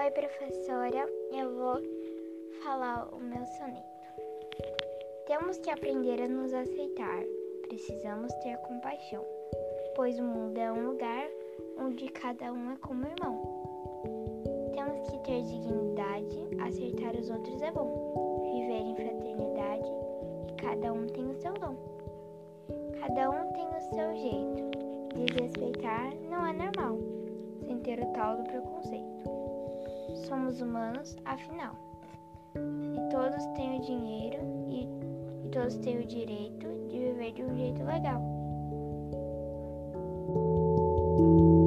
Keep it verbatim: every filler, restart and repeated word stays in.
Oi, professora, eu vou falar o meu soneto. Temos que aprender a nos aceitar, precisamos ter compaixão, pois o mundo é um lugar onde cada um é como irmão. Temos que ter dignidade, acertar os outros é bom, viver em fraternidade e cada um tem o seu dom. Cada um tem o seu jeito, desrespeitar não é normal, sem ter o tal do preconceito. Somos humanos, afinal, e todos têm o dinheiro e, e todos têm o direito de viver de um jeito legal.